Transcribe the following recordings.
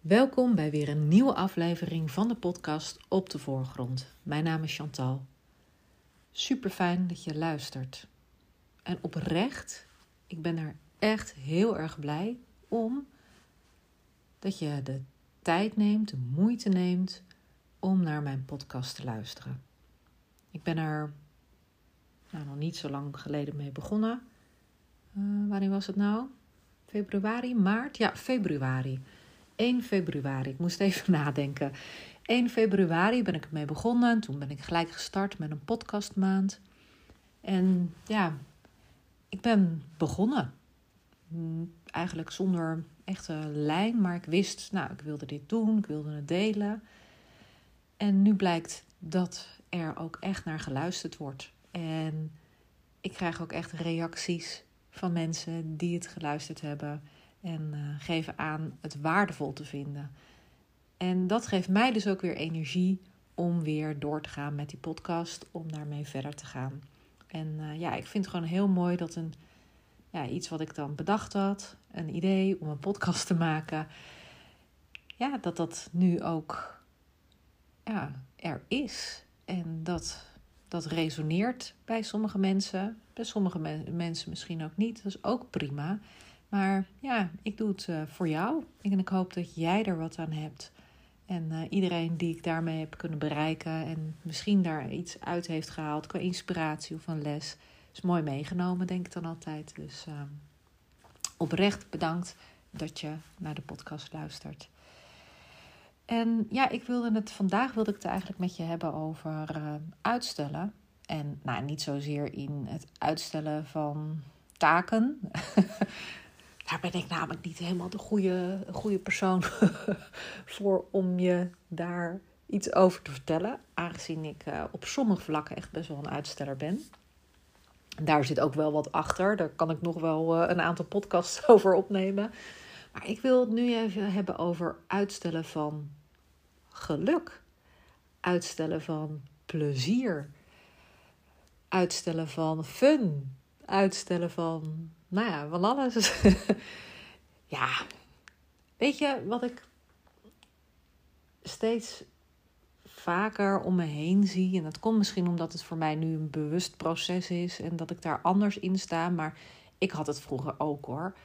Welkom bij weer een nieuwe aflevering van de podcast Op de Voorgrond. Mijn naam is Chantal. Super fijn dat je luistert. En oprecht, ik ben er echt heel erg blij om dat je de tijd neemt, de moeite neemt om naar mijn podcast te luisteren. Ik ben er nog niet zo lang geleden mee begonnen. Wanneer was het nou? Februari, maart? Ja, februari. 1 februari, ik moest even nadenken. 1 februari ben ik ermee begonnen. Toen ben ik gelijk gestart met een podcastmaand. En ja, ik ben begonnen. Eigenlijk zonder echte lijn, maar ik wist, ik wilde dit doen, ik wilde het delen. En nu blijkt dat er ook echt naar geluisterd wordt. En ik krijg ook echt reacties van mensen die het geluisterd hebben en geven aan het waardevol te vinden. En dat geeft mij dus ook weer energie om weer door te gaan met die podcast, om daarmee verder te gaan. En ik vind het gewoon heel mooi dat iets wat ik dan bedacht had, een idee om een podcast te maken, dat nu ook er is. En dat resoneert bij sommige mensen. Bij sommige mensen misschien ook niet. Dat is ook prima. Maar ik doe het voor jou. En ik hoop dat jij er wat aan hebt. En iedereen die ik daarmee heb kunnen bereiken en misschien daar iets uit heeft gehaald qua inspiratie of een les, is mooi meegenomen, denk ik dan altijd. Dus oprecht bedankt dat je naar de podcast luistert. En vandaag wilde ik het eigenlijk met je hebben over uitstellen. En niet zozeer in het uitstellen van taken. Daar ben ik namelijk niet helemaal de goede persoon voor om je daar iets over te vertellen. Aangezien ik op sommige vlakken echt best wel een uitsteller ben. Daar zit ook wel wat achter. Daar kan ik nog wel een aantal podcasts over opnemen. Maar ik wil het nu even hebben over uitstellen van geluk. Uitstellen van plezier. Uitstellen van fun. Uitstellen van, van alles. Weet je wat ik steeds vaker om me heen zie? En dat komt misschien omdat het voor mij nu een bewust proces is en dat ik daar anders in sta. Maar ik had het vroeger ook hoor.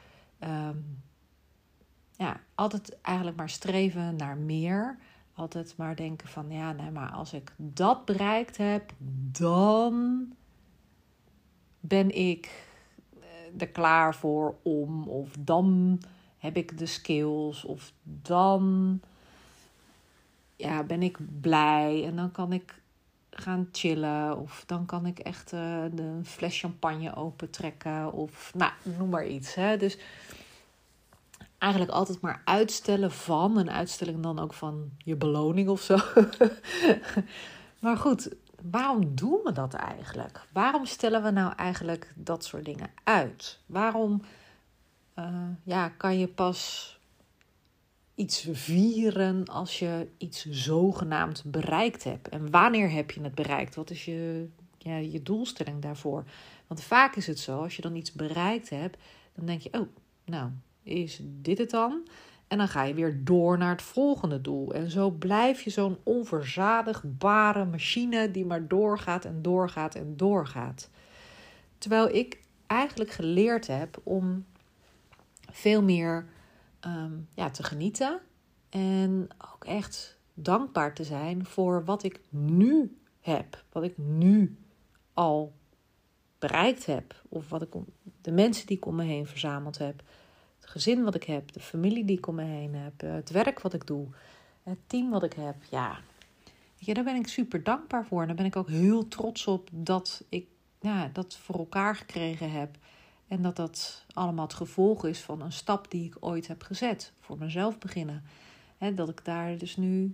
Altijd eigenlijk maar streven naar meer. Altijd maar denken van, maar als ik dat bereikt heb, dan ben ik er klaar voor om, of dan heb ik de skills, of dan ben ik blij en dan kan ik gaan chillen, of dan kan ik echt de fles champagne opentrekken, of noem maar iets. Hè? Dus eigenlijk altijd maar uitstellen van, een uitstelling dan ook van je beloning of zo. Maar goed, waarom doen we dat eigenlijk? Waarom stellen we nou eigenlijk dat soort dingen uit? Waarom kan je pas iets vieren als je iets zogenaamd bereikt hebt? En wanneer heb je het bereikt? Wat is je doelstelling daarvoor? Want vaak is het zo, als je dan iets bereikt hebt, dan denk je, is dit het dan? En dan ga je weer door naar het volgende doel. En zo blijf je zo'n onverzadigbare machine die maar doorgaat en doorgaat en doorgaat. Terwijl ik eigenlijk geleerd heb om veel meer te genieten. En ook echt dankbaar te zijn voor wat ik nu heb. Wat ik nu al bereikt heb. Of de mensen die ik om me heen verzameld heb. Het gezin wat ik heb, de familie die ik om me heen heb, het werk wat ik doe, het team wat ik heb. Daar ben ik super dankbaar voor. En daar ben ik ook heel trots op dat ik dat voor elkaar gekregen heb. En dat allemaal het gevolg is van een stap die ik ooit heb gezet. Voor mezelf beginnen. Dat ik daar dus nu,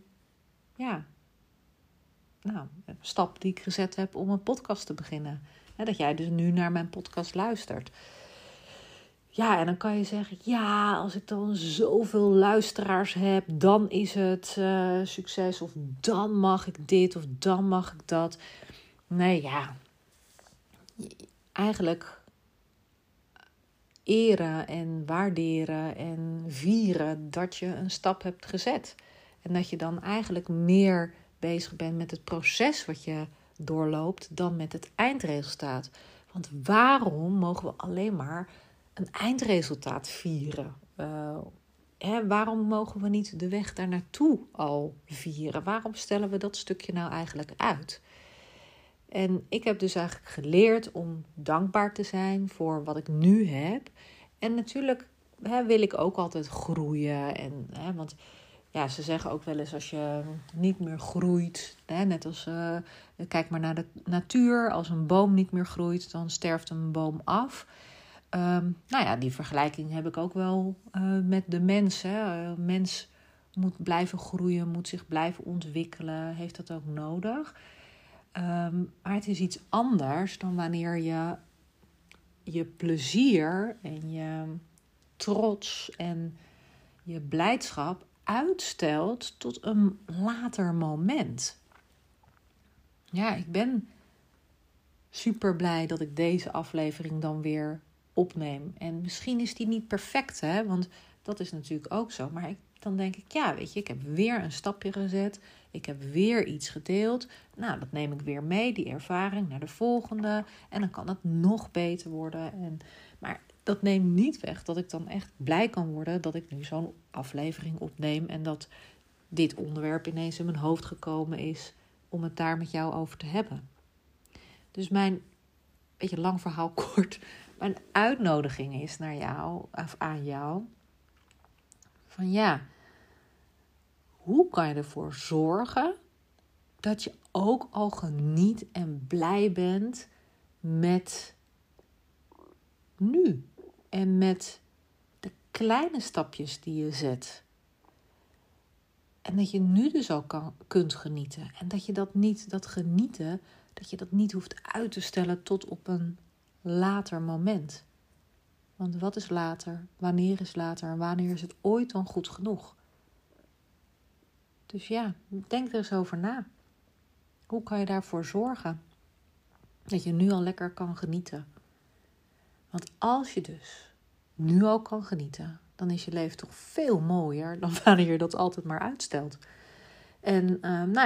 een stap die ik gezet heb om een podcast te beginnen. Dat jij dus nu naar mijn podcast luistert. En dan kan je zeggen, als ik dan zoveel luisteraars heb, dan is het succes. Of dan mag ik dit, of dan mag ik dat. Nee, eigenlijk eren en waarderen en vieren dat je een stap hebt gezet. En dat je dan eigenlijk meer bezig bent met het proces wat je doorloopt dan met het eindresultaat. Want waarom mogen we alleen maar een eindresultaat vieren? Waarom mogen we niet de weg daar naartoe al vieren? Waarom stellen we dat stukje nou eigenlijk uit? En ik heb dus eigenlijk geleerd om dankbaar te zijn voor wat ik nu heb. En natuurlijk wil ik ook altijd groeien. Want ja, ze zeggen ook wel eens als je niet meer groeit. Net als, kijk maar naar de natuur. Als een boom niet meer groeit, dan sterft een boom af. Die vergelijking heb ik ook wel met de mens. Een mens moet blijven groeien, moet zich blijven ontwikkelen. Heeft dat ook nodig. Maar het is iets anders dan wanneer je plezier en je trots en je blijdschap uitstelt tot een later moment. Ja, ik ben super blij dat ik deze aflevering dan weer opneem. En misschien is die niet perfect, want dat is natuurlijk ook zo. Maar dan denk ik, ja, weet je, ik heb weer een stapje gezet. Ik heb weer iets gedeeld. Nou, dat neem ik weer mee, die ervaring, naar de volgende. En dan kan het nog beter worden. Maar dat neemt niet weg dat ik dan echt blij kan worden dat ik nu zo'n aflevering opneem. En dat dit onderwerp ineens in mijn hoofd gekomen is om het daar met jou over te hebben. Dus mijn, beetje lang verhaal kort, mijn uitnodiging is naar jou, of aan jou. Van ja, hoe kan je ervoor zorgen dat je ook al geniet en blij bent met nu. En met de kleine stapjes die je zet. En dat je nu dus al kunt genieten. En dat je dat genieten, dat je dat niet hoeft uit te stellen tot op een later moment. Want wat is later? Wanneer is later? En wanneer is het ooit dan goed genoeg? Dus ja, denk er eens over na. Hoe kan je daarvoor zorgen dat je nu al lekker kan genieten? Want als je dus nu al kan genieten, dan is je leven toch veel mooier dan wanneer je dat altijd maar uitstelt. En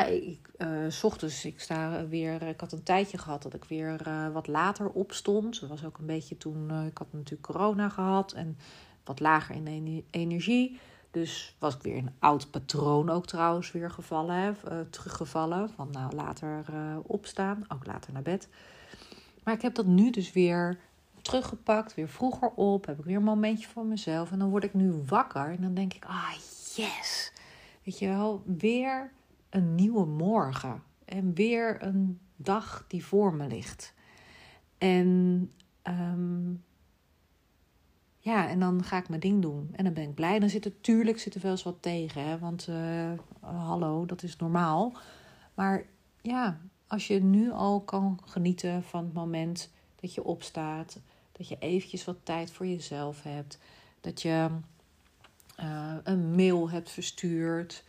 ik had een tijdje gehad dat ik weer wat later opstond. Dat was ook een beetje toen, ik had natuurlijk corona gehad en wat lager in energie. Dus was ik weer in een oud patroon ook trouwens weer teruggevallen. Van later opstaan, ook later naar bed. Maar ik heb dat nu dus weer teruggepakt, weer vroeger op. Heb ik weer een momentje voor mezelf. En dan word ik nu wakker en dan denk ik, yes! Weet je wel, weer een nieuwe morgen. En weer een dag die voor me ligt. En en dan ga ik mijn ding doen. En dan ben ik blij. Dan zit er wel eens wat tegen. Hè? Want hallo, dat is normaal. Maar ja, als je nu al kan genieten van het moment dat je opstaat. Dat je eventjes wat tijd voor jezelf hebt. Dat je een mail hebt verstuurd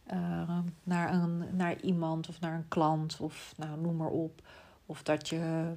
naar iemand of naar een klant. Of noem maar op. Of dat je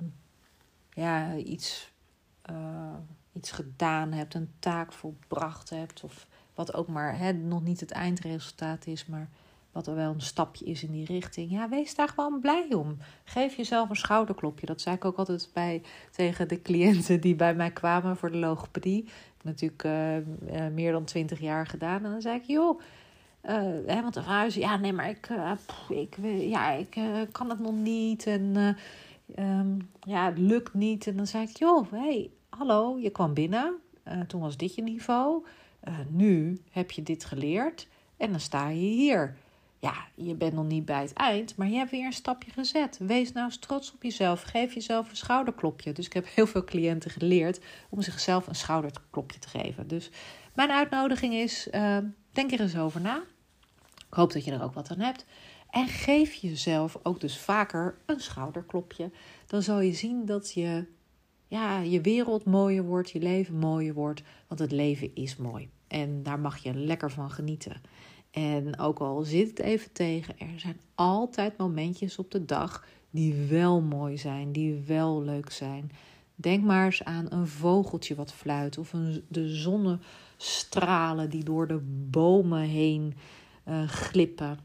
iets gedaan hebt, een taak volbracht hebt. Of wat ook maar nog niet het eindresultaat is, maar wat er wel een stapje is in die richting. Ja, wees daar gewoon blij om. Geef jezelf een schouderklopje. Dat zei ik ook altijd tegen de cliënten die bij mij kwamen voor de logopedie. Ik heb natuurlijk meer dan 20 jaar gedaan. En dan zei ik, joh, want dan waren ze, maar ik kan het nog niet. En het lukt niet. En dan zei ik, joh, hey, hallo, je kwam binnen. Toen was dit je niveau. Nu heb je dit geleerd. En dan sta je hier. Ja, je bent nog niet bij het eind, maar je hebt weer een stapje gezet. Wees nou eens trots op jezelf. Geef jezelf een schouderklopje. Dus ik heb heel veel cliënten geleerd om zichzelf een schouderklopje te geven. Dus mijn uitnodiging is, denk er eens over na. Ik hoop dat je er ook wat aan hebt. En geef jezelf ook dus vaker een schouderklopje. Dan zal je zien dat je wereld mooier wordt, je leven mooier wordt. Want het leven is mooi. En daar mag je lekker van genieten. En ook al zit het even tegen, er zijn altijd momentjes op de dag die wel mooi zijn, die wel leuk zijn. Denk maar eens aan een vogeltje wat fluit. Of de zonnestralen die door de bomen heen glippen.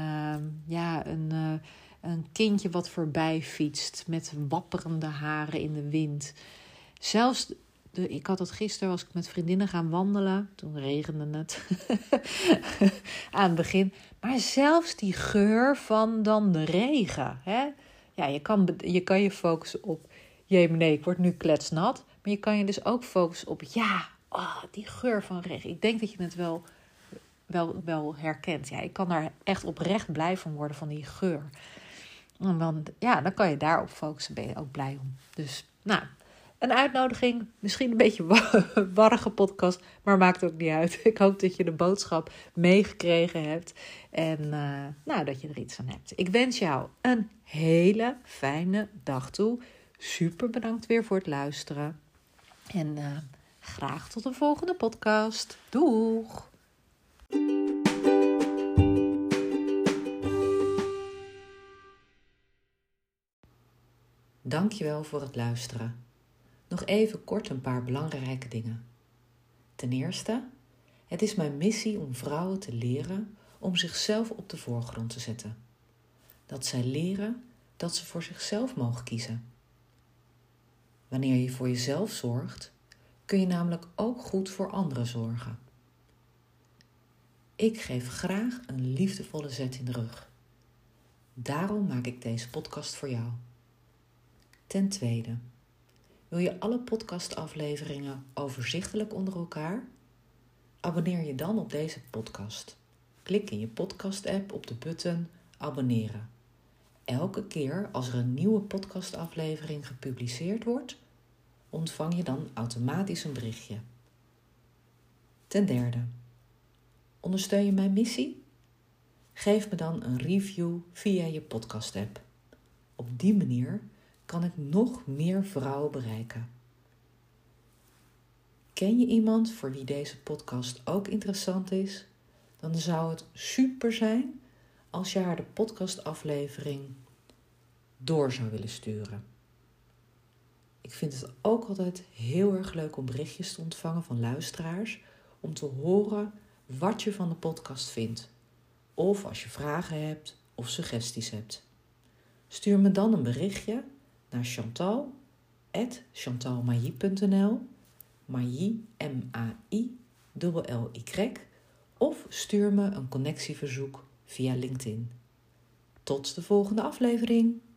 Een kindje wat voorbij fietst met wapperende haren in de wind. Zelfs, ik had het gisteren, was ik met vriendinnen gaan wandelen. Toen regende het aan het begin. Maar zelfs die geur van dan de regen. Hè? Ja, je kan je focussen op, nee, ik word nu kletsnat. Maar je kan je dus ook focussen op, die geur van regen. Ik denk dat je het wel herkent. Ja, ik kan daar echt oprecht blij van worden, van die geur. Want ja, dan kan je daarop focussen, ben je ook blij om. Dus, een uitnodiging, misschien een beetje warrige podcast, maar maakt ook niet uit. Ik hoop dat je de boodschap meegekregen hebt en dat je er iets aan hebt. Ik wens jou een hele fijne dag toe. Super bedankt weer voor het luisteren. En graag tot de volgende podcast. Doeg! Dankjewel voor het luisteren. Nog even kort een paar belangrijke dingen. Ten eerste, het is mijn missie om vrouwen te leren om zichzelf op de voorgrond te zetten. Dat zij leren dat ze voor zichzelf mogen kiezen. Wanneer je voor jezelf zorgt, kun je namelijk ook goed voor anderen zorgen. Ik geef graag een liefdevolle zet in de rug. Daarom maak ik deze podcast voor jou. Ten tweede, wil je alle podcastafleveringen overzichtelijk onder elkaar? Abonneer je dan op deze podcast. Klik in je podcast-app op de button abonneren. Elke keer als er een nieuwe podcastaflevering gepubliceerd wordt, ontvang je dan automatisch een berichtje. Ten derde, ondersteun je mijn missie? Geef me dan een review via je podcast-app. Op die manier kan ik nog meer vrouwen bereiken. Ken je iemand voor wie deze podcast ook interessant is? Dan zou het super zijn als je haar de podcastaflevering door zou willen sturen. Ik vind het ook altijd heel erg leuk om berichtjes te ontvangen van luisteraars, om te horen wat je van de podcast vindt. Of als je vragen hebt of suggesties hebt. Stuur me dan een berichtje naar chantal@chantalmailly.nl, Mailly, M-A-I-L-L-Y, of stuur me een connectieverzoek via LinkedIn. Tot de volgende aflevering!